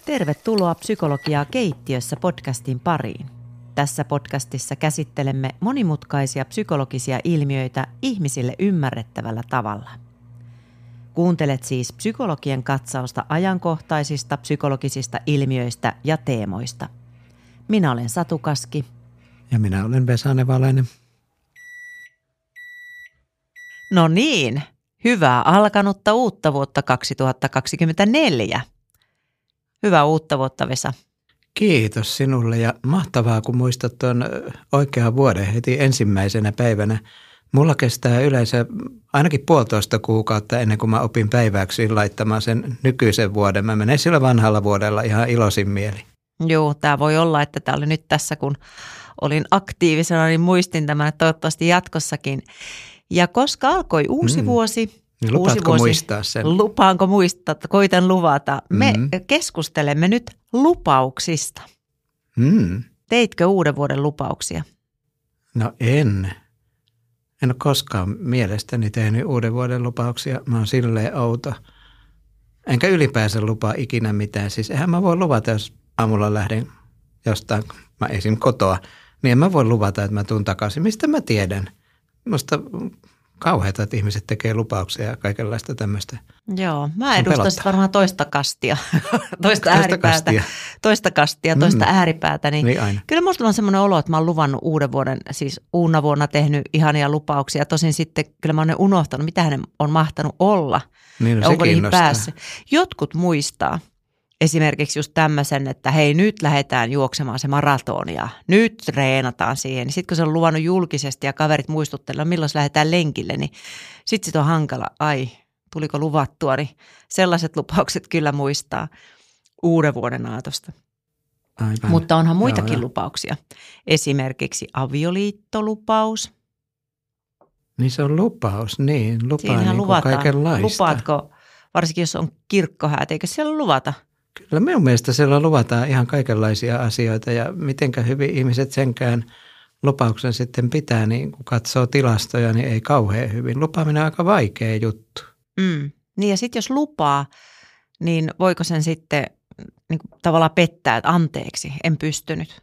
Tervetuloa Psykologiaa keittiössä podcastin pariin. Tässä podcastissa käsittelemme monimutkaisia psykologisia ilmiöitä ihmisille ymmärrettävällä tavalla. Kuuntelet siis psykologien katsausta ajankohtaisista psykologisista ilmiöistä ja teemoista. Minä olen Satu Kaski. Ja minä olen Vesa Nevalainen. No niin, hyvää alkanutta uutta vuotta 2024. Hyvää uutta vuotta, Vesa. Kiitos sinulle ja mahtavaa, kun muistat tuon oikean vuoden heti ensimmäisenä päivänä. Mulla kestää yleensä ainakin 1,5 kuukautta ennen kuin mä opin päiväksi laittamaan sen nykyisen vuoden. Mä menen sillä vanhalla vuodella ihan iloisin mieli. Joo, tämä voi olla, että tämä oli nyt tässä, kun olin aktiivisena, niin muistin tämän toivottavasti jatkossakin. Ja koska alkoi uusi vuosi. Niin lupaatko muistaa sen? Lupaanko muistaa, koitan luvata. Me keskustelemme nyt lupauksista. Teitkö uuden vuoden lupauksia? No en. En ole koskaan mielestäni tehnyt uuden vuoden lupauksia. Mä oon silleen outo. Enkä ylipäänsä lupaa ikinä mitään. Siis eihän mä voi luvata, jos aamulla lähden jostain, mä esim. Kotoa, niin en mä voi luvata, että mä tuun takaisin. Mistä mä tiedän? Musta kauheata, että ihmiset tekee lupauksia ja kaikenlaista tämmöistä. Joo, mä edustan varmaan toista kastia, toista ääripäätä. Niin aina. Kyllä musta on semmoinen olo, että mä oon luvannut uuden vuoden, siis uuna vuonna tehnyt ihania lupauksia. Tosin sitten kyllä mä oon ne unohtanut, mitä hänen on mahtanut olla. Niin, ja onko niihin päässyt. Jotkut muistaa esimerkiksi just tämmöisen, että hei, nyt lähdetään juoksemaan se maraton ja nyt treenataan siihen. Sitten kun se on luvannut julkisesti ja kaverit muistuttelevat, milloin lähdetään lenkille, niin sitten on hankala. Ai, tuliko luvattua, niin sellaiset lupaukset kyllä muistaa uuden vuoden aatosta. Aivan. Mutta onhan muitakin lupauksia. Esimerkiksi avioliittolupaus. Niin se on lupaus, niin. Lupaa niin kuin kaikenlaista. Lupaatko, varsinkin jos on kirkkohäät, eikö siellä luvata? Kyllä minun mielestä siellä luvataan ihan kaikenlaisia asioita ja mitenkä hyvin ihmiset senkään lupauksen sitten pitää, niin kun katsoo tilastoja, niin ei kauhean hyvin. Lupaaminen on aika vaikea juttu. Niin ja sitten jos lupaa, niin voiko sen sitten niin kuin tavallaan pettää, että anteeksi, en pystynyt?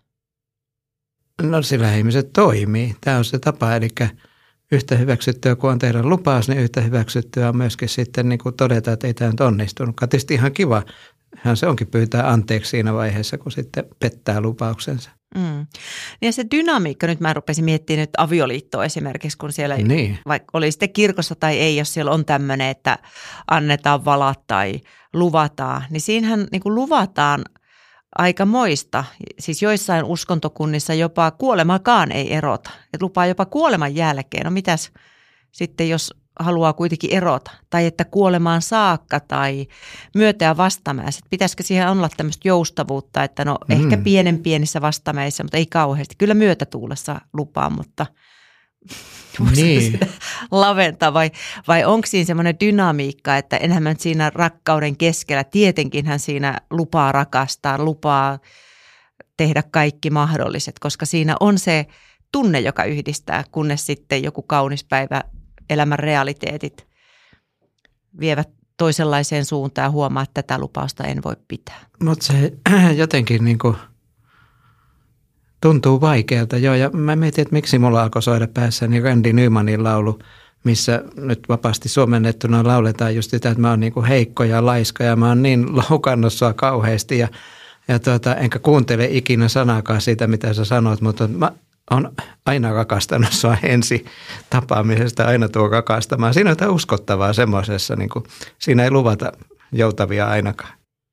No sillä ihmiset toimii. Tämä on se tapa, eli yhtä hyväksyttyä kuin on tehdä lupaus, niin yhtä hyväksyttyä on myöskin sitten niin kuin todeta, että ei tämä nyt onnistunut. Tietysti ihan kiva. Hän se onkin pyytää anteeksi siinä vaiheessa, kun sitten pettää lupauksensa. Ja se dynamiikka, nyt mä rupesin miettimään nyt avioliittoa esimerkiksi, kun siellä vaikka oli sitten kirkossa tai ei, jos siellä on tämmöinen, että annetaan valat tai luvataan, niin siinähän niin kuin luvataan aikamoista. Siis joissain uskontokunnissa jopa kuolemakaan ei erota. Et lupaa jopa kuoleman jälkeen. No mitäs sitten, jos haluaa kuitenkin erota, tai että kuolemaan saakka tai myötä- ja vastamäessä. Pitäisikö siihen olla tämmöistä joustavuutta, että no ehkä pienissä vastamäissä, mutta ei kauheasti. Kyllä myötätuulessa lupaa, mutta niin. Sitä laventaa vai onko siinä semmoinen dynamiikka, että enhän siinä rakkauden keskellä, tietenkin hän siinä lupaa rakastaa, lupaa tehdä kaikki mahdolliset, koska siinä on se tunne, joka yhdistää, kunnes sitten joku kaunis päivä elämän realiteetit vievät toisenlaiseen suuntaan ja huomaa, että tätä lupausta en voi pitää. Mutta se jotenkin niin kuin tuntuu vaikealta. Joo, ja mä mietin, että miksi mulla alkoi soida päässäni Randy Nymanin laulu, missä nyt vapaasti suomennettuna lauletaan just sitä, että mä oon niin kuin heikko ja laiska ja mä oon niin loukannut sua kauheasti ja enkä kuuntele ikinä sanaakaan siitä, mitä sä sanot, mutta mä on aina rakastanut sua ensi tapaamisesta, aina tuo rakastamaan. Siinä on jotain uskottavaa semmoisessa, niin kuin, siinä ei luvata joutavia ainakaan.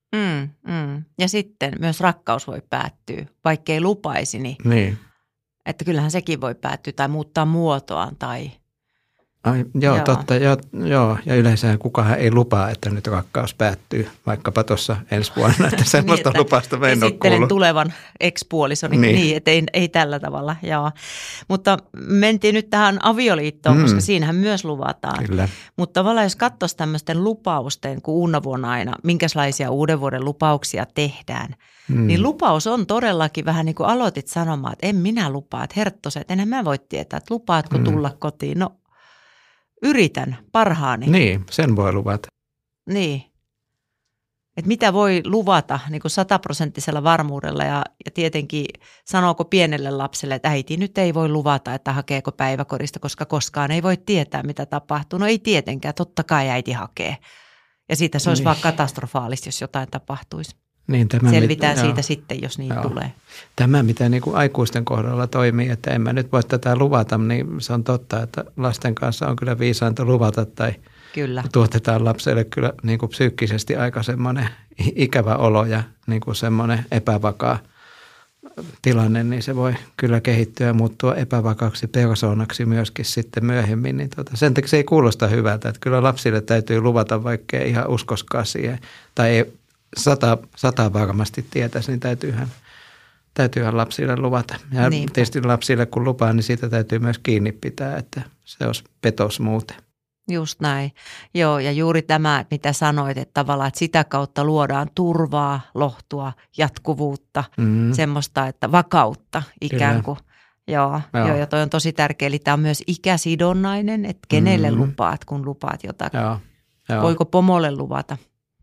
Ja sitten myös rakkaus voi päättyä, vaikka ei lupaisi, niin. Että kyllähän sekin voi päättyä tai muuttaa muotoaan tai. Joo, totta. Joo, ja yleensä kukaan ei lupaa, että nyt rakkaus päättyy, vaikkapa tuossa ensi vuonna, että semmoista niin, lupausta me en ole kuullut. Esittelen tulevan ex-puolisoni, niin että ei tällä tavalla, joo. Mutta mentiin nyt tähän avioliittoon, koska siinähän myös luvataan. Kyllä. Mutta tavallaan jos katsoisi tämmöisten lupausten, kun uuna vuonna aina, minkälaisia uuden vuoden lupauksia tehdään, niin lupaus on todellakin vähän niin kuin aloitit sanomaan, että en minä lupaa, että herttoset, enhän mä voi tietää, että lupaatko tulla kotiin, no. Yritän parhaani. Niin, sen voi luvata. Niin. Että mitä voi luvata niin kuin 100% varmuudella ja tietenkin sanooko pienelle lapselle, että äiti nyt ei voi luvata, että hakeeko päiväkodista, koska koskaan ei voi tietää, mitä tapahtuu. No ei tietenkään, totta kai äiti hakee. Ja siitä se olisi vaan katastrofaalista, jos jotain tapahtuisi. Niin, selvitään siitä sitten, jos niin tulee. Tämä, mitä niin kuin aikuisten kohdalla toimii, että en mä nyt voi tätä luvata, niin se on totta, että lasten kanssa on kyllä viisainta luvata tai kyllä tuotetaan lapselle kyllä niin kuin psyykkisesti aika semmoinen ikävä olo ja niin kuin semmoinen epävakaa tilanne, niin se voi kyllä kehittyä ja muuttua epävakaaksi persoonaksi myöskin sitten myöhemmin. Niin sen takia se ei kuulosta hyvältä, että kyllä lapsille täytyy luvata, vaikka ei ihan uskoskaan siihen tai ei sata varmasti tietäisi, niin täytyyhän lapsille luvata. Ja tietysti lapsille kun lupaa, niin siitä täytyy myös kiinni pitää, että se olisi petos muuten. Just näin. Joo, ja juuri tämä, mitä sanoit, että tavallaan että sitä kautta luodaan turvaa, lohtua, jatkuvuutta, semmoista, että vakautta ikään kuin. Joo, ja toi on tosi tärkeä. Eli tämä on myös ikäsidonnainen, että kenelle lupaat, kun lupaat jotakin. Joo. Voiko pomolle luvata?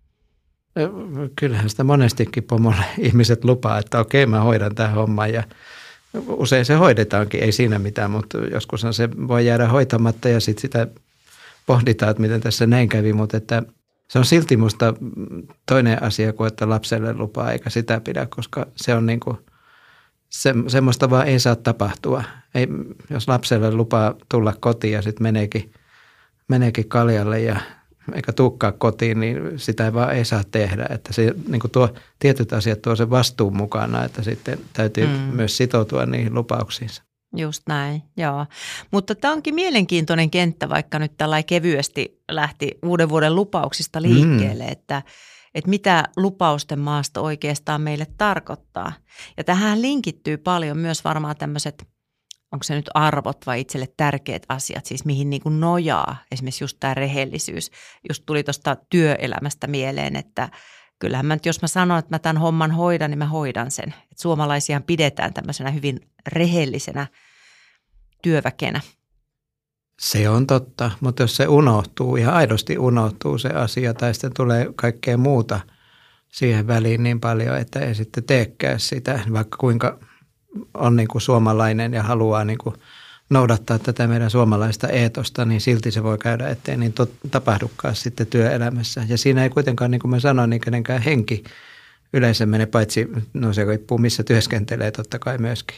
Kyllähän sitä monestikin pomolle ihmiset lupaa, että okei, mä hoidan tämän homman ja usein se hoidetaankin, ei siinä mitään, mutta joskushan se voi jäädä hoitamatta ja sitten sitä pohditaan, että miten tässä näin kävi, mutta että se on silti musta toinen asia kuin, että lapselle lupaa eikä sitä pidä, koska se on niin kuin, semmoista vaan ei saa tapahtua. Ei, jos lapselle lupaa tulla kotiin ja sitten meneekin kaljalle ja eikä tulekaan kotiin, niin sitä vaan ei saa tehdä. Että se, niin kuin tuo tietyt asiat tuo sen vastuun mukana, että sitten täytyy myös sitoutua niihin lupauksiinsa. Just näin, joo. Mutta tämä onkin mielenkiintoinen kenttä, vaikka nyt tällainen kevyesti lähti uuden vuoden lupauksista liikkeelle, että mitä lupausten maasto oikeastaan meille tarkoittaa. Ja tähän linkittyy paljon myös varmaan tämmöiset, onko se nyt arvot vai itselle tärkeät asiat, siis mihin niin kuin nojaa, esimerkiksi just tämä rehellisyys. Just tuli tuosta työelämästä mieleen, että kyllähän mä nyt, jos mä sanon, että mä tämän homman hoidan, niin mä hoidan sen. Et suomalaisiahan pidetään tämmöisenä hyvin rehellisenä työväkenä. Se on totta, mutta jos se unohtuu, ihan aidosti unohtuu se asia, tai sitten tulee kaikkea muuta siihen väliin niin paljon, että ei sitten teekään sitä, vaikka kuinka on niin kuin suomalainen ja haluaa niin kuin noudattaa tätä meidän suomalaista eetosta, niin silti se voi käydä, ettei niin tapahdukaan sitten työelämässä. Ja siinä ei kuitenkaan, niin kuin mä sanoin, niin kenenkään henki yleensä mene, paitsi no se riippuu missä työskentelee totta kai myöskin.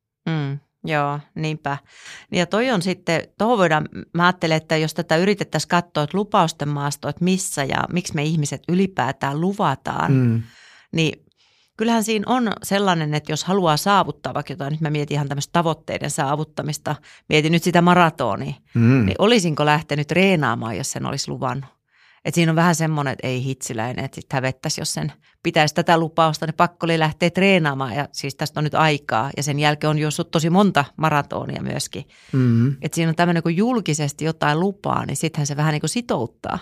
Joo, niinpä. Ja toi on sitten, tuohon voidaan, mä ajattelen, että jos tätä yritettäisiin katsoa, että lupausten maasto, että missä ja miksi me ihmiset ylipäätään luvataan, niin kyllähän siinä on sellainen, että jos haluaa saavuttaa vaikka jotain, nyt mä mietin ihan tämmöistä tavoitteiden saavuttamista, mietin nyt sitä maratonia, niin olisinko lähtenyt treenaamaan, jos sen olisi luvannut. Että siinä on vähän semmoinen, että ei hitsiläinen, että sitten hävettäisi, jos sen pitäisi tätä lupausta, niin pakko oli lähteä treenaamaan ja siis tästä on nyt aikaa ja sen jälkeen on juossut tosi monta maratonia myöskin. Että siinä on tämmöinen, kun julkisesti jotain lupaa, niin sittenhän se vähän niin kuin sitouttaa.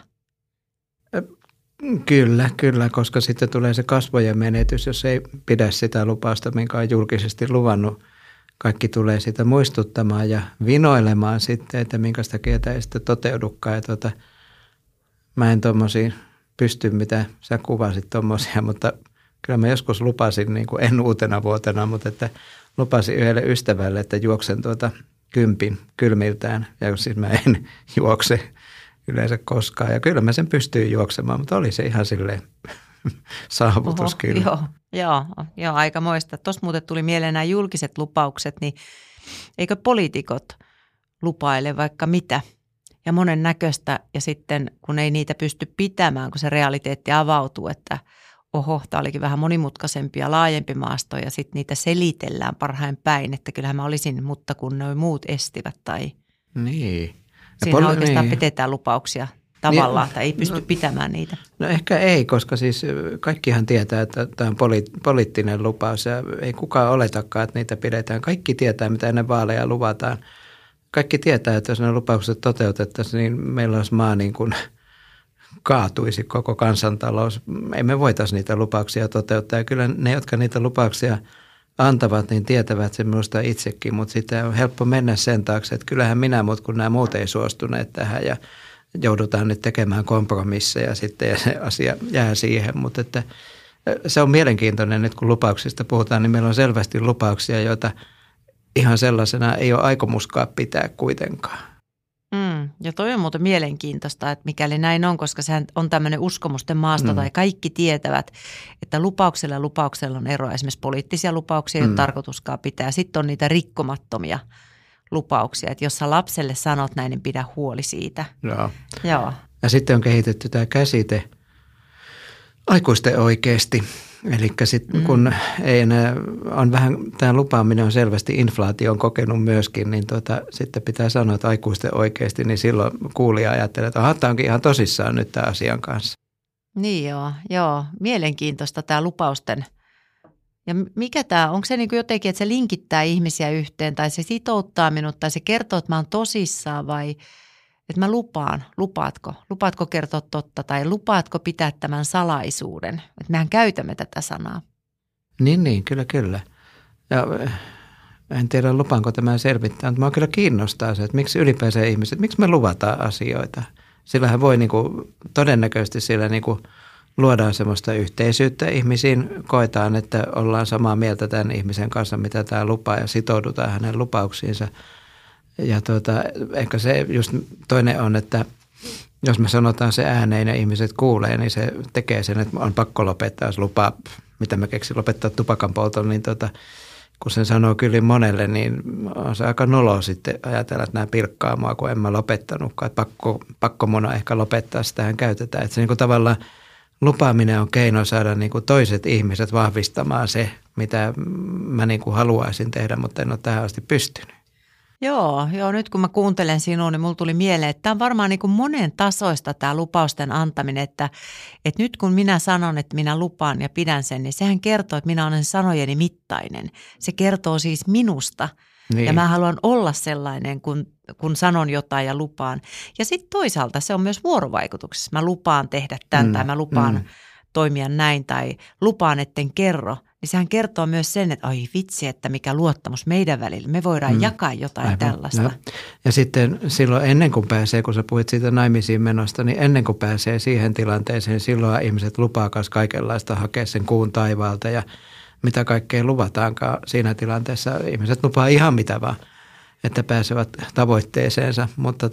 Kyllä, koska sitten tulee se kasvojen menetys, jos ei pidä sitä lupausta, minkä on julkisesti luvannut. Kaikki tulee sitä muistuttamaan ja vinoilemaan sitten, että minkä takia tämä ei sitten toteudukaan. Ja mä en tuommoisia pysty, mitä sä kuvasit tuommoisia, mutta kyllä mä joskus lupasin, niin kuin en uutena vuotena, mutta että lupasin yhdelle ystävälle, että juoksen 10 kylmiltään. Ja siis mä en juokse yleensä koskaan. Ja kyllä mä sen pystyin juoksemaan, mutta oli se ihan silleen saavutus kyllä. Joo, aikamoista. Tuossa muuten tuli mieleen nämä julkiset lupaukset, niin eikö poliitikot lupaile vaikka mitä? Ja monen näköistä ja sitten kun ei niitä pysty pitämään, kun se realiteetti avautuu, että tämä olikin vähän monimutkaisempi ja laajempi maasto ja sitten niitä selitellään parhain päin, että kyllähän mä olisin, mutta kun ne muut estivät tai niin. Siinä oikeastaan petetään lupauksia tavallaan, niin, tai ei pysty pitämään niitä. No ehkä ei, koska siis kaikkihan tietää, että tämä on poliittinen lupaus ja ei kukaan oletakaan, että niitä pidetään. Kaikki tietää, mitä ennen vaaleja luvataan. Kaikki tietää, että jos ne lupaukset toteutettaisiin, niin meillä olisi maa niin kuin kaatuisi koko kansantalous. Emme voitaisiin niitä lupauksia toteuttaa. Ja kyllä ne, jotka niitä lupauksia antavat, niin tietävät sen minusta itsekin, mutta sitten on helppo mennä sen taakse, että kyllähän minä, mutta kun nämä muut ei suostuneet tähän ja joudutaan nyt tekemään kompromisseja sitten ja se asia jää siihen. Mutta että se on mielenkiintoinen, että kun lupauksista puhutaan, niin meillä on selvästi lupauksia, joita ihan sellaisena ei ole aikomuskaan pitää kuitenkaan. Ja toi on muuten mielenkiintoista, että mikäli näin on, koska sehän on tämmöinen uskomusten maasto tai kaikki tietävät, että lupauksella on eroa. Esimerkiksi poliittisia lupauksia ei ole tarkoituskaan pitää. Sitten on niitä rikkomattomia lupauksia, että jos sä lapselle sanot näin, niin pidä huoli siitä. Joo. Ja sitten on kehitetty tämä käsite aikuisten oikeasti. Eli sitten kun ei enää, on vähän, tämä lupaaminen on selvästi inflaation kokenut myöskin, niin sitten pitää sanoa, että aikuisten oikeasti, niin silloin kuulija ajattelee, että tämä onkin ihan tosissaan nyt tämän asian kanssa. Niin joo. Mielenkiintoista tämä lupausten. Ja mikä tämä, onko se niin kuin jotenkin, että se linkittää ihmisiä yhteen tai se sitouttaa minut tai se kertoo, että mä oon tosissaan vai että mä lupaan, lupaatko? Lupaatko kertoa totta tai lupaatko pitää tämän salaisuuden? Että mehän käytämme tätä sanaa. Niin, kyllä. Ja en tiedä, lupaanko tämä selvittää, mutta minua kyllä kiinnostaa se, että miksi ylipäänsä ihmiset, miksi me luvataan asioita. Sillähän voi todennäköisesti sillä luodaan semmoista yhteisyyttä ihmisiin, koetaan, että ollaan samaa mieltä tämän ihmisen kanssa, mitä tämä lupaa ja sitoudutaan hänen lupauksiinsa. Ja ehkä se just toinen on, että jos me sanotaan se ääneen ja ihmiset kuulee, niin se tekee sen, että on pakko lopettaa, jos lupaa, mitä mä keksin, lopettaa tupakan polton, niin kun sen sanoo kyllä monelle, niin on se aika nolo sitten ajatella, että nämä pilkkaa mua, kun en mä lopettanutkaan. Että pakko mun on ehkä lopettaa, sitähän käytetään. Että se tavallaan lupaaminen on keino saada toiset ihmiset vahvistamaan se, mitä mä haluaisin tehdä, mutta en ole tähän asti pystynyt. Joo, nyt kun mä kuuntelen sinua, niin mulla tuli mieleen, että tämä on varmaan monen tasoista tämä lupausten antaminen, että nyt kun minä sanon, että minä lupaan ja pidän sen, niin sehän kertoo, että minä olen sanojeni mittainen. Se kertoo siis minusta ja mä haluan olla sellainen, kun sanon jotain ja lupaan. Ja sitten toisaalta se on myös vuorovaikutuksessa. Mä lupaan tehdä tämän tai mä lupaan toimia näin tai lupaan, etten kerro. Niin sehän kertoo myös sen, että ai vitsi, että mikä luottamus meidän välillä. Me voidaan jakaa jotain tällaista. Ja sitten silloin ennen kuin pääsee, kun sä puhuit siitä naimisiin menosta, niin ennen kuin pääsee siihen tilanteeseen, silloin ihmiset lupaa kanssa kaikenlaista hakea sen kuun taivaalta ja mitä kaikkea luvataankaan siinä tilanteessa. Ihmiset lupaa ihan mitä vaan, että pääsevät tavoitteeseensa, mutta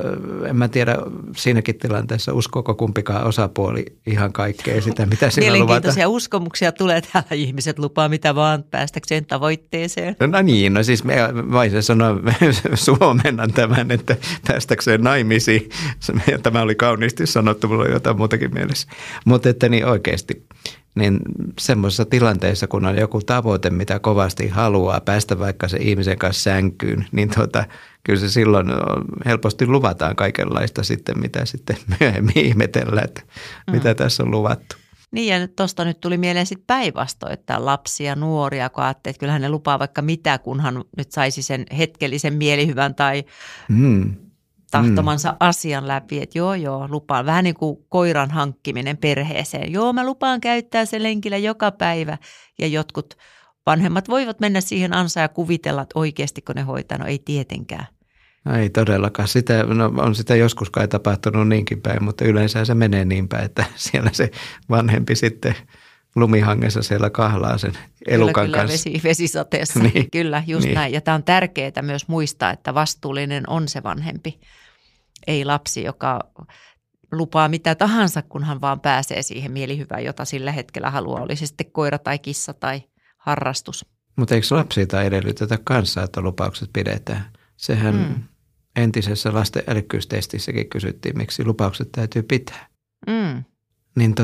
en mä tiedä siinäkin tilanteessa uskooko kumpikaan osapuoli ihan kaikkea sitä, mitä siinä luvataan. Mielenkiintoisia uskomuksia tulee täällä, ihmiset lupaa mitä vaan päästäkseen tavoitteeseen. No siis mä voisin sanoa suomennan tämän, että päästäkseen naimisiin. Tämä oli kauniisti sanottu, mulla oli jotain muutakin mielessä, mutta että niin oikeasti. Niin semmoisessa tilanteessa, kun on joku tavoite, mitä kovasti haluaa päästä vaikka se ihmisen kanssa sänkyyn, niin kyllä se silloin helposti luvataan kaikenlaista sitten, mitä sitten myöhemmin ihmetellään, että mitä tässä on luvattu. Niin ja tuosta nyt tuli mieleen sitten päinvastoin, että lapsia, nuoria, kun ajattelee, että kyllähän ne lupaa vaikka mitä, kunhan nyt saisi sen hetkellisen mielihyvän tai tahtomansa asian läpi, että joo, lupaan. Vähän niin kuin koiran hankkiminen perheeseen. Joo, mä lupaan käyttää sen lenkillä joka päivä. Ja jotkut vanhemmat voivat mennä siihen ansaan ja kuvitella, että oikeasti kun ne hoitaa, no ei tietenkään. Ei todellakaan. On sitä joskus kai tapahtunut niinkin päin, mutta yleensä se menee niin päin, että siellä se vanhempi sitten lumihangessa siellä kahlaa sen elukan kanssa. Kyllä, vesisateessa. Niin. Kyllä, just niin. Näin. Ja tämä on tärkeää myös muistaa, että vastuullinen on se vanhempi. Ei lapsi, joka lupaa mitä tahansa, kunhan vaan pääsee siihen mielihyvään, jota sillä hetkellä haluaa. Oli se sitten koira tai kissa tai harrastus. Mutta eikö lapsilta edellytetä kanssa, että lupaukset pidetään? Sehän entisessä lasten älykkyystestissäkin kysyttiin, miksi lupaukset täytyy pitää. Niin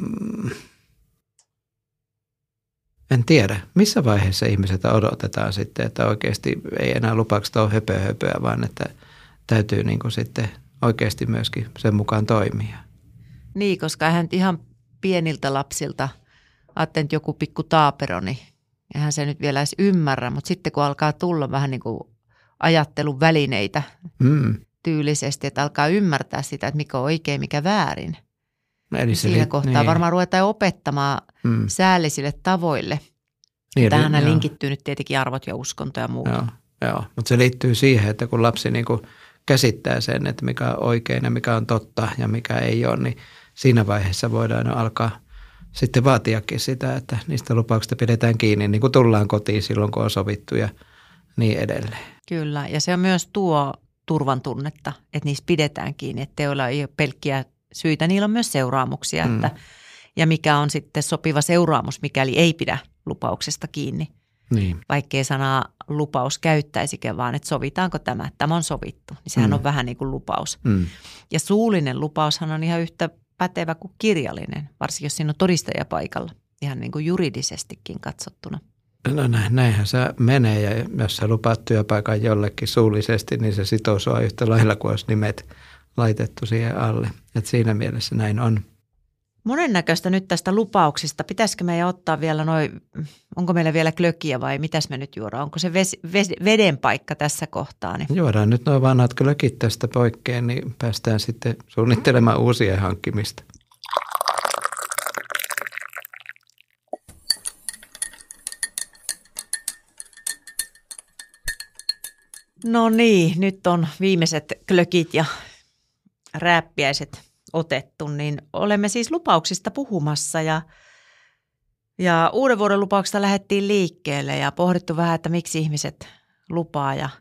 en tiedä, missä vaiheessa ihmiset odotetaan sitten, että oikeasti ei enää lupaukset ole höpöä, vaan että täytyy sitten oikeasti myöskin sen mukaan toimia. Niin, koska eihän ihan pieniltä lapsilta, ajattelin, että joku pikku taapero, niin eihän se nyt vielä edes ymmärrä, mutta sitten kun alkaa tulla vähän niin kuin ajattelun välineitä tyylisesti, että alkaa ymmärtää sitä, että mikä on oikein, mikä väärin. Eli siinä kohtaa varmaan ruvetaan opettamaan säällisille tavoille. Niin, tähän linkittyy nyt tietenkin arvot ja uskonto ja muuta. Joo, mutta se liittyy siihen, että kun lapsi käsittää sen, että mikä on oikein ja mikä on totta ja mikä ei ole, niin siinä vaiheessa voidaan alkaa sitten vaatiakin sitä, että niistä lupauksista pidetään kiinni, niin kuin tullaan kotiin silloin, kun on sovittu ja niin edelleen. Kyllä, ja se on myös tuo turvan tunnetta, että niistä pidetään kiinni, että teoilla ei ole pelkkiä syitä, niillä on myös seuraamuksia, ja mikä on sitten sopiva seuraamus, mikäli ei pidä lupauksesta kiinni. Niin. Vaikkei sanaa lupaus käyttäisikään, vaan että sovitaanko tämä on sovittu, niin sehän on vähän niin kuin lupaus. Ja suullinen lupaushan on ihan yhtä pätevä kuin kirjallinen, varsinkin jos siinä on todistajia paikalla, ihan niin kuin juridisestikin katsottuna. No näinhän se menee, ja jos sä lupaat työpaikan jollekin suullisesti, niin se sitoo sua yhtä lailla kuin olisi nimet laitettu siihen alle. Et siinä mielessä näin on. Monennäköistä nyt tästä lupauksista. Pitäisikö meidän ottaa vielä onko meillä vielä glögiä vai mitäs me nyt juodaan? Onko se veden paikka tässä kohtaa? Niin? Juodaan nyt nuo vanhat glögit tästä poikkeen, niin päästään sitten suunnittelemaan uusia hankkimista. No niin, nyt on viimeiset glögit ja rääppiäiset otettu, niin olemme siis lupauksista puhumassa ja uuden vuoden lupauksista lähdettiin liikkeelle ja pohdittu vähän, että miksi ihmiset lupaa ja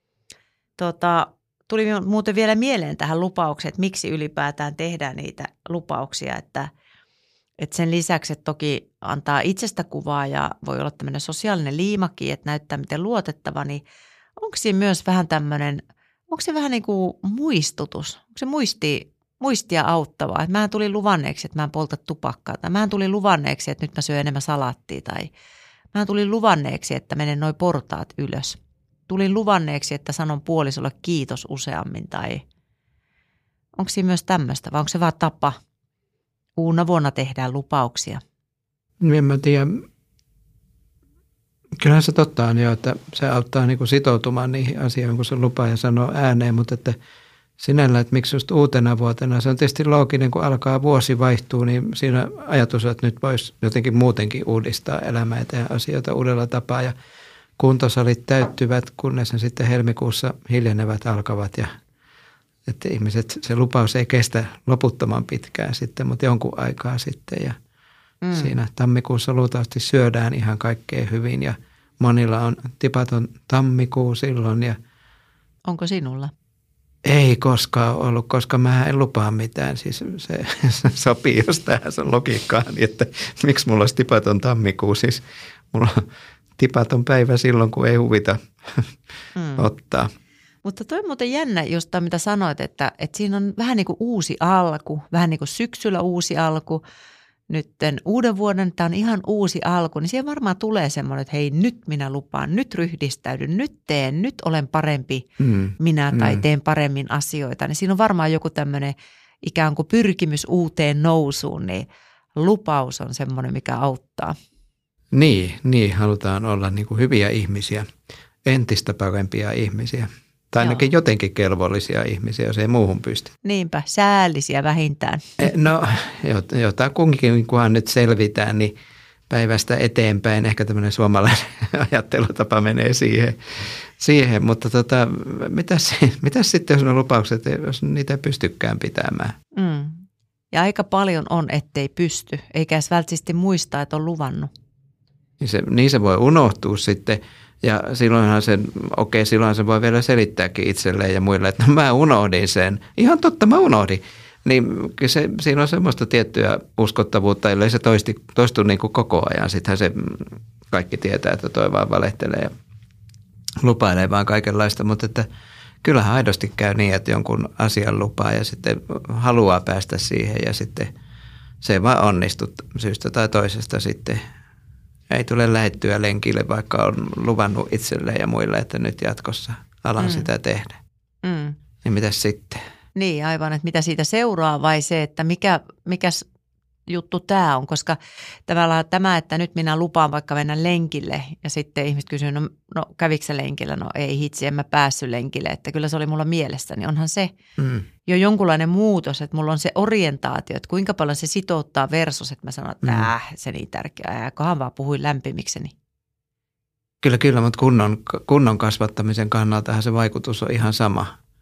tuli muuten vielä mieleen tähän lupaukseen, että miksi ylipäätään tehdään niitä lupauksia, että sen lisäksi, että toki antaa itsestä kuvaa ja voi olla tämmöinen sosiaalinen liimakin, että näyttää miten luotettava, niin onko siinä myös vähän tämmöinen, onko se vähän niin kuin muistutus, onko se muistia auttavaa, että mä tulin luvanneeksi, että mä en polta tupakkaa tai mä tulin luvanneeksi, että nyt mä syön enemmän salaattia tai mä tulin luvanneeksi, että menen noi portaat ylös. Tulin luvanneeksi, että sanon puolisolle kiitos useammin tai onko siinä myös tämmöistä vai onko se vaan tapa? Uuna vuonna tehdään lupauksia. En mä tiedä. Kyllähän se totta on jo, että se auttaa niin kuin sitoutumaan niihin asioihin, kun se lupaa ja sanoo ääneen, mutta että sinällä, että miksi just uutena vuotena, se on tietysti looginen, kun alkaa vuosi vaihtuu, niin siinä ajatus on, että nyt voisi jotenkin muutenkin uudistaa elämää ja tehdä asioita uudella tapaa ja kuntosalit täyttyvät, kunnes ne sitten helmikuussa hiljenevät alkavat ja että ihmiset, se lupaus ei kestä loputtoman pitkään sitten, mutta jonkun aikaa sitten ja siinä tammikuussa luultavasti syödään ihan kaikkea hyvin ja monilla on tipaton tammikuu silloin. Ja onko sinulla? Ei koskaan ollut, koska mä en lupaa mitään. Siis se sopii jos tähän sen logiikkaan, niin että miksi mulla olisi tipaton tammikuu. Siis mulla on tipaton päivä silloin, kun ei huvita ottaa. Mutta toi on muuten jännä just tämä, mitä sanoit, että siinä on vähän niin kuin uusi alku, vähän niin kuin syksyllä uusi alku. Nytten uuden vuoden, tämä on ihan uusi alku, niin siihen varmaan tulee semmoinen, että hei nyt minä lupaan, nyt ryhdistäydyn, nyt teen, nyt olen parempi minä tai teen paremmin asioita. Niin siinä on varmaan joku tämmöinen ikään kuin pyrkimys uuteen nousuun, niin lupaus on semmoinen, mikä auttaa. Niin halutaan olla niin kuin hyviä ihmisiä, entistä parempia ihmisiä. Tai ainakin jotenkin kelvollisia ihmisiä, jos ei muuhun pysty. Niinpä, säällisiä vähintään. No, jotakunkin, kunhan nyt selvitään, niin päivästä eteenpäin ehkä tämmöinen suomalainen ajattelutapa menee siihen. Mutta mitäs sitten, jos on lupaukset, jos niitä ei pystykään pitämään? Ja aika paljon on, ettei pysty, eikä edes välttämättä muistaa, että on luvannut. Niin se voi unohtua sitten. Ja silloinhan se voi vielä selittääkin itselleen ja muille, että mä unohdin sen. Ihan totta, mä unohdin. Niin siinä on semmoista tiettyä uskottavuutta, ellei se toistu niin kuin koko ajan. Sittenhän se kaikki tietää, että toi vaan valehtelee ja lupailee vaan kaikenlaista. Mutta että kyllähän aidosti käy niin, että jonkun asian lupaa ja sitten haluaa päästä siihen ja sitten se ei vaan onnistu syystä tai toisesta sitten. Ei tule lähettyä lenkille, vaikka on luvannut itselleen ja muille, että nyt jatkossa alan sitä tehdä. Niin mitäs sitten? Niin aivan, että mitä siitä seuraa vai se, että mikä juttu tämä on, koska tämä, että nyt minä lupaan vaikka mennä lenkille ja sitten ihmiset kysyy, no kävikö sä lenkillä? No ei hitsi, en mä päässyt lenkille, että kyllä se oli mulla mielessä, niin onhan se jo jonkunlainen muutos, että mulla on se orientaatio, että kuinka paljon se sitouttaa versus, että mä sanon, että se niin tärkeää, kohan vaan puhuin lämpimikseni. Kyllä, mutta kunnon kasvattamisen kannaltahan se vaikutus on ihan sama.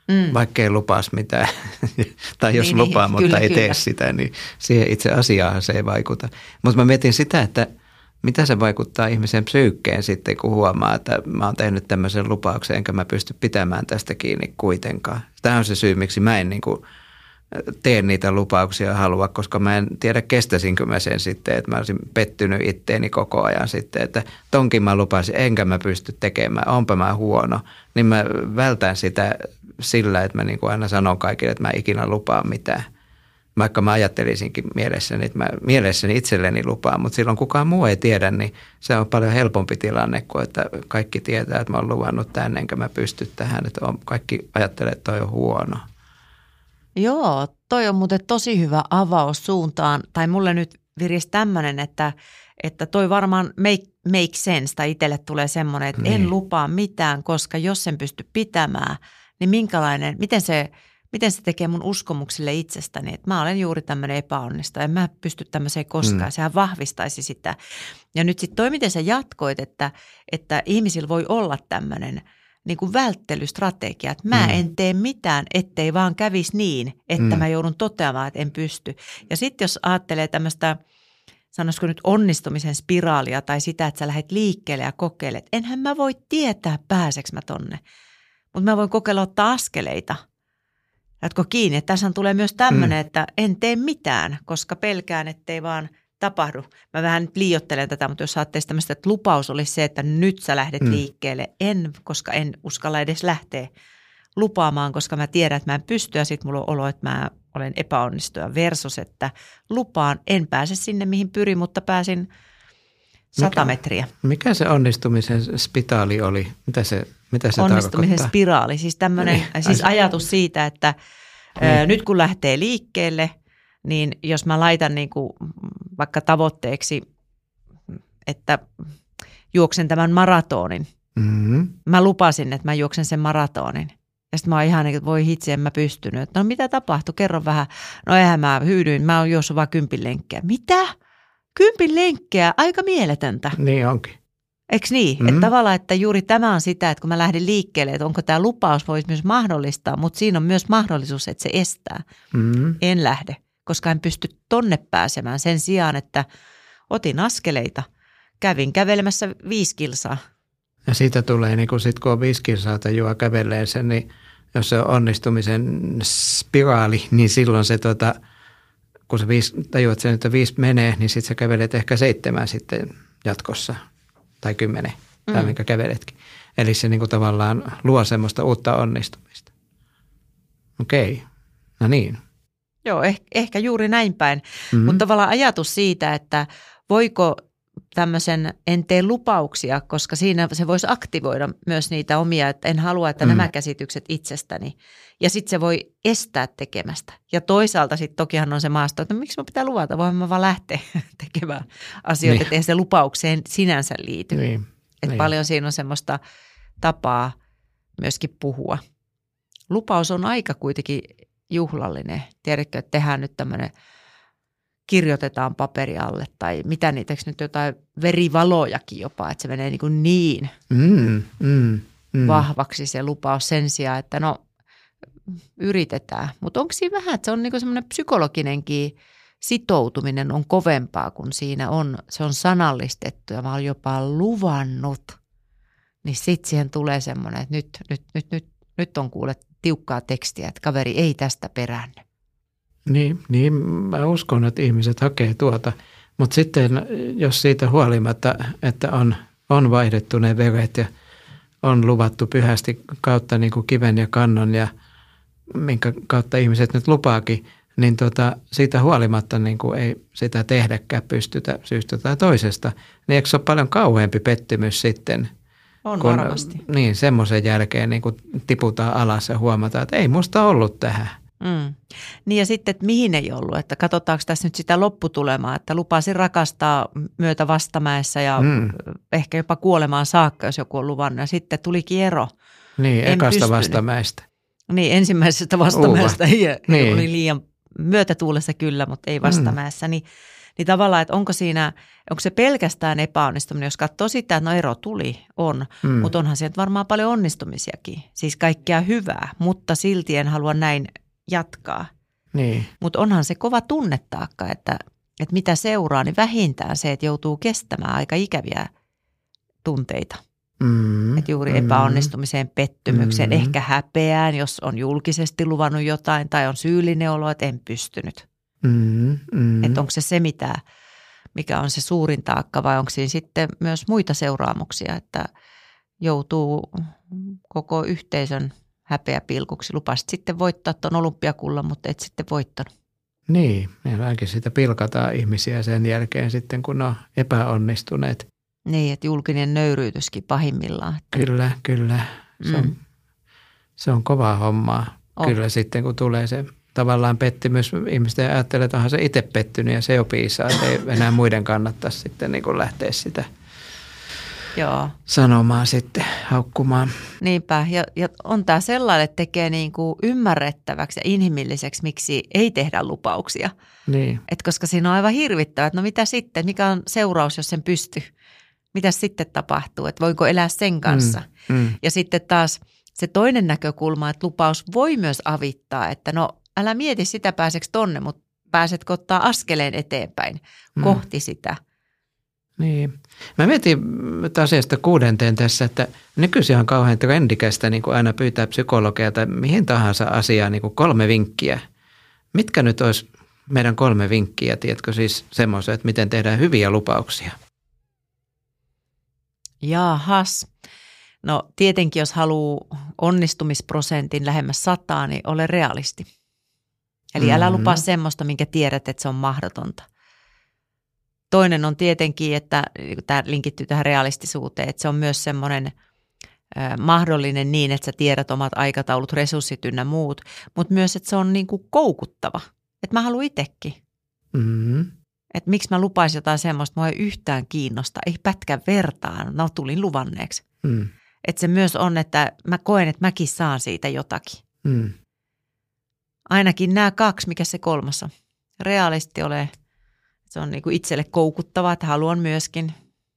vaikka ei lupaisi mitään. Tai jos lupaa, mutta kyllä, ei tee sitä, niin siihen itse asiaan se ei vaikuta. Mutta mä mietin sitä, että mitä se vaikuttaa ihmisen psyykkeen sitten, kun huomaa, että mä oon tehnyt tämmöisen lupauksen, enkä mä pysty pitämään tästä kiinni kuitenkaan. Tämä on se syy, miksi mä en niin kuin tee niitä lupauksia halua, koska mä en tiedä kestäisinkö mä sen sitten, että mä olisin pettynyt itteeni koko ajan sitten, että tonkin mä lupasin, enkä mä pysty tekemään, onpa mä huono. Niin mä vältän sitä sillä, että mä niin kuin aina sanon kaikille, että mä ikinä lupaan mitään. Vaikka mä ajattelisinkin mielessäni, että mä mielessäni itselleni lupaan, mutta silloin kukaan muu ei tiedä, niin se on paljon helpompi tilanne kuin, että kaikki tietää, että mä oon luvannut tänne, enkä mä pysty tähän, että kaikki ajattelee, että toi on huono. Joo, toi on muuten tosi hyvä avaus suuntaan, tai mulle nyt virisi tämmöinen, että toi varmaan make sense, tai itselle tulee semmoinen, että en lupaa mitään, koska jos sen pysty pitämään, niin miten se tekee mun uskomuksille itsestäni, että mä olen juuri tämmöinen epäonnistuja, en mä pysty tämmöiseen koskaan, sehän vahvistaisi sitä. Ja nyt sitten toi, miten sä jatkoit, että ihmisillä voi olla tämmöinen niin kuin välttelystrategia, että mä en tee mitään, ettei vaan kävisi niin, että mä joudun toteamaan, että en pysty. Ja sitten jos ajattelee tämmöistä, sanoisiko nyt onnistumisen spiraalia tai sitä, että sä lähdet liikkeelle ja kokeilet, enhän mä voi tietää, pääseks mä tonne, mutta mä voin kokeilla ottaa askeleita. Jatko kiinni, että tässä tulee myös tämmöinen, että en tee mitään, koska pelkään, ettei vaan tapahdu. Mä vähän nyt liioittelen tätä, mutta jos ajattelisi tämmöistä, että lupaus olisi se, että nyt sä lähdet liikkeelle. Koska en uskalla edes lähteä lupaamaan, koska mä tiedän, että mä en pysty ja sitten mulla on olo, että mä olen epäonnistuja versus, että lupaan, en pääse sinne mihin pyrin, mutta pääsin 100 metriä. Mikä se onnistumisen spitaali oli? Mitä se onnistumisen tarkoittaa? spiraali, siis tämmöinen ajatus siitä, että nyt kun lähtee liikkeelle, niin jos mä laitan niin kuin vaikka tavoitteeksi, että juoksen tämän maratonin, mä lupasin, että mä juoksen sen maratonin. Ja sitten mä oon ihan niin, että voi hitsi, en mä pystynyt. No mitä tapahtui? Kerro vähän. No eihän mä hyydyin, mä oon juossut vaan 10 lenkkiä. Mitä? 10 lenkkiä? Aika mieletöntä. Niin onkin. Eikö niin? Että tavallaan, että juuri tämä on sitä, että kun mä lähden liikkeelle, että onko tämä lupaus voisi myös mahdollistaa, mutta siinä on myös mahdollisuus, että se estää. En lähde, koska en pysty tonne pääsemään sen sijaan, että otin askeleita. Kävin kävelemässä 5 kilsaa. Ja siitä tulee, niin kun sit kun on 5 kilsaa tajua kävelee sen, niin jos se on onnistumisen spiraali, niin silloin se kun se tajuat sen, että 5 menee, niin sitten sä kävelet ehkä 7 sitten jatkossa. Tai 10, tai minkä käveletkin. Eli se niin kuin tavallaan luo semmoista uutta onnistumista. Okei, no niin. Joo, ehkä juuri näin päin. Mutta tavallaan ajatus siitä, että voiko tämmöisen en tee lupauksia, koska siinä se voisi aktivoida myös niitä omia, että en halua, että nämä käsitykset itsestäni. Ja sitten se voi estää tekemästä. Ja toisaalta sitten tokihan on se maasto, että miksi mä pitää luvata, voin mä vaan lähteä tekemään asioita, että ei se lupaukseen sinänsä liity. Että paljon siinä on semmoista tapaa myöskin puhua. Lupaus on aika kuitenkin juhlallinen. Tiedätkö, että tehdään nyt tämmöinen, kirjoitetaan paperi alle tai mitä niitä, eikö nyt jotain verivalojakin jopa, että se menee niin vahvaksi se lupaus sen sijaan, että no yritetään. Mutta onko siinä vähän, että se on niinku semmoinen psykologinenkin sitoutuminen on kovempaa, kun siinä on, se on sanallistettu ja mä oon jopa luvannut, niin sitten siihen tulee semmoinen, että nyt on kuule tiukkaa tekstiä, että kaveri ei tästä peräänny. Niin, mä uskon, että ihmiset hakee tuota, mutta sitten jos siitä huolimatta, että on vaihdettu ne veret ja on luvattu pyhästi kautta niin kuin kiven ja kannon ja minkä kautta ihmiset nyt lupaakin, niin siitä huolimatta niin kuin ei sitä tehdäkään pystytä syystä tai toisesta, niin eikö se ole paljon kauheampi pettymys sitten? On varmasti. Niin, semmoisen jälkeen niin kuin tiputaan alas ja huomataan, että ei musta ollut tähän. Niin ja sitten, että mihin ei ollut, että katsotaanko tässä nyt sitä lopputulemaa, että lupasin rakastaa myötä Vastamäessä ja ehkä jopa kuolemaan saakka, jos joku on luvannut ja sitten tulikin ero. Niin, ekasta Vastamäestä. Niin, ensimmäisestä Vastamäestä oli liian myötätuulessa kyllä, mutta ei Vastamäessä, niin Niin tavallaan, että onko se pelkästään epäonnistuminen, jos katsoo sitä, että no ero tuli, mutta onhan sieltä varmaan paljon onnistumisiakin. Siis kaikkea hyvää, mutta silti en halua näin jatkaa. Niin. Mutta onhan se kova tunnetaakka, että mitä seuraa, niin vähintään se, että joutuu kestämään aika ikäviä tunteita. Että juuri epäonnistumiseen, pettymykseen, ehkä häpeään, jos on julkisesti luvannut jotain tai on syyllinen olo, että en pystynyt. Että onko se mikä on se suurin taakka vai onko siinä sitten myös muita seuraamuksia, että joutuu koko yhteisön häpeäpilkuksi. Lupasit sitten voittaa tuon olympiakullan, mutta et sitten voittanut. Niin, meilläkin sitä pilkataan ihmisiä sen jälkeen sitten, kun on epäonnistuneet. Niin, että julkinen nöyryytyskin pahimmillaan. Kyllä. Se on kovaa hommaa. Kyllä sitten, kun tulee se tavallaan pettymys, ihmiset ajattelee, että onhan se itse pettynyt ja se jo piisaa, että ei enää muiden kannattaisi sitten niin kuin lähteä sitä sanomaan sitten, haukkumaan. Niinpä, ja on tämä sellainen, että tekee niin kuin ymmärrettäväksi ja inhimilliseksi, miksi ei tehdä lupauksia. Niin. Et koska siinä on aivan hirvittävää, että no mitä sitten, mikä on seuraus, jos sen pystyy? Mitä sitten tapahtuu, että voiko elää sen kanssa? Ja sitten taas se toinen näkökulma, että lupaus voi myös avittaa, että no älä mieti sitä pääseekö tonne, mutta pääsetkö ottaa askeleen eteenpäin kohti sitä. Niin. Mä mietin asiasta 6. tässä, että nykyisin on kauhean trendikästä niin kuin aina pyytää psykologia tai mihin tahansa asiaan niin kuin 3 vinkkiä. Mitkä nyt olisi meidän 3 vinkkiä, tiedätkö siis semmoisia, että miten tehdään hyviä lupauksia? Jaahas. No tietenkin, jos haluaa onnistumisprosentin lähemmäs 100, niin ole realisti. Eli älä lupaa semmoista, minkä tiedät, että se on mahdotonta. Toinen on tietenkin, että tämä linkittyy tähän realistisuuteen, että se on myös semmoinen mahdollinen niin, että sä tiedät omat aikataulut, resurssit ynnä muut, mutta myös, että se on niin kuin koukuttava. Että mä haluan itsekin. Että miksi mä lupaisin jotain semmoista, mua ei yhtään kiinnosta, ei pätkän vertaan, no tulin luvanneeksi. Että se myös on, että mä koen, että mäkin saan siitä jotakin. Ainakin nämä 2, mikä se 3 on. Realisti ole, se on niinku itselle koukuttavaa, että haluan myöskin.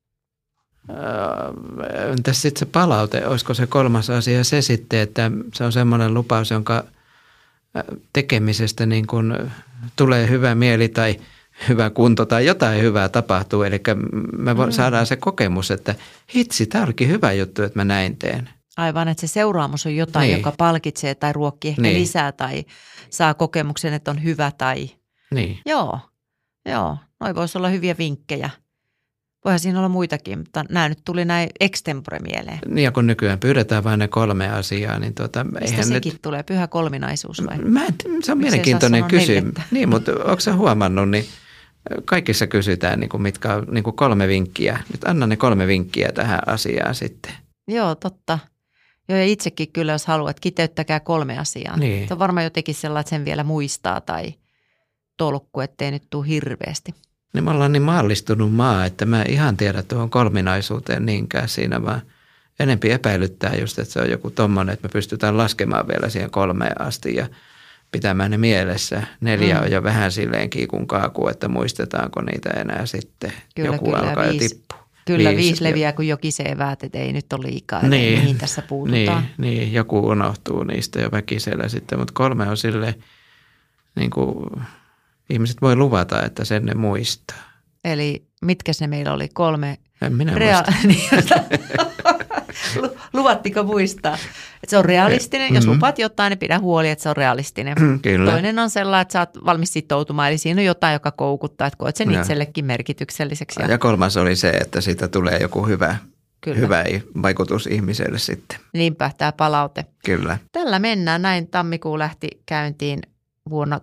Entäs sitten se palaute, olisiko se 3 asia se sitten, että se on semmoinen lupaus, jonka tekemisestä niin kun tulee hyvä mieli tai hyvä kunto tai jotain hyvää tapahtuu. Eli me saadaan se kokemus, että hitsi, tämä olikin hyvä juttu, että mä näin teen. Aivan, että se seuraamus on jotain, joka palkitsee tai ruokkii ehkä lisää tai saa kokemuksen, että on hyvä tai. Niin. Joo, noi voisi olla hyviä vinkkejä. Voihan siinä olla muitakin, mutta nämä nyt tuli näin extempore mieleen. Niin ja kun nykyään pyydetään vain ne 3 asiaa, niin mistä sekin nyt tulee? Pyhä kolminaisuus vai? Se on mielenkiintoinen kysymys. Niin, mutta onko sä huomannut, niin kaikissa kysytään, niin kuin mitkä on niin kuin 3 vinkkiä. Nyt anna ne 3 vinkkiä tähän asiaan sitten. Joo, totta. Joo, ja itsekin kyllä, jos haluat, kiteyttäkää 3 asiaa. Niin. Se on varmaan jotenkin sellainen, että sen vielä muistaa tai tolkku, ettei nyt tule hirveästi. Niin me ollaan niin maallistunut maa, että mä ihan tiedä tuohon kolminaisuuteen niinkään siinä, vaan enempi epäilyttää just, että se on joku tommoinen, että me pystytään laskemaan vielä siihen 3 asti ja pitämään ne mielessä. 4 on jo vähän silleen kiikun kaaku, että muistetaanko niitä enää sitten. Kyllä, joku alkaa jo tippua. Kyllä 5 leviää, kun jo kisee väät, että ei nyt ole liikaa, mihin tässä puututaan. Niin, joku unohtuu niistä jo väkisellä sitten, mutta 3 on silleen, niin kuin ihmiset voi luvata, että sen ne muistaa. Eli mitkä ne meillä oli? 3? En minä muista. Luvattiko muistaa? Että se on realistinen. Jos lupaat jotain, niin pidä huoli, että se on realistinen. Kyllä. Toinen on sellainen, että sä oot valmis sitoutumaan. Eli siinä on jotain, joka koukuttaa, että koet sen itsellekin merkitykselliseksi. Ja 3 oli se, että siitä tulee joku hyvä vaikutus ihmiselle sitten. Niinpä, tämä palaute. Kyllä. Tällä mennään. Näin tammikuu lähti käyntiin vuonna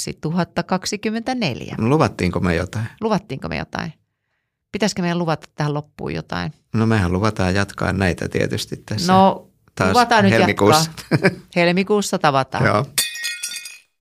2024. Luvattiinko me jotain? Pitäisikö meidän luvata tähän loppuun jotain? No mehän luvataan jatkaa näitä tietysti tässä. No taas luvataan helmikuussa. Nyt jatkaa. Helmikuussa tavataan. Joo.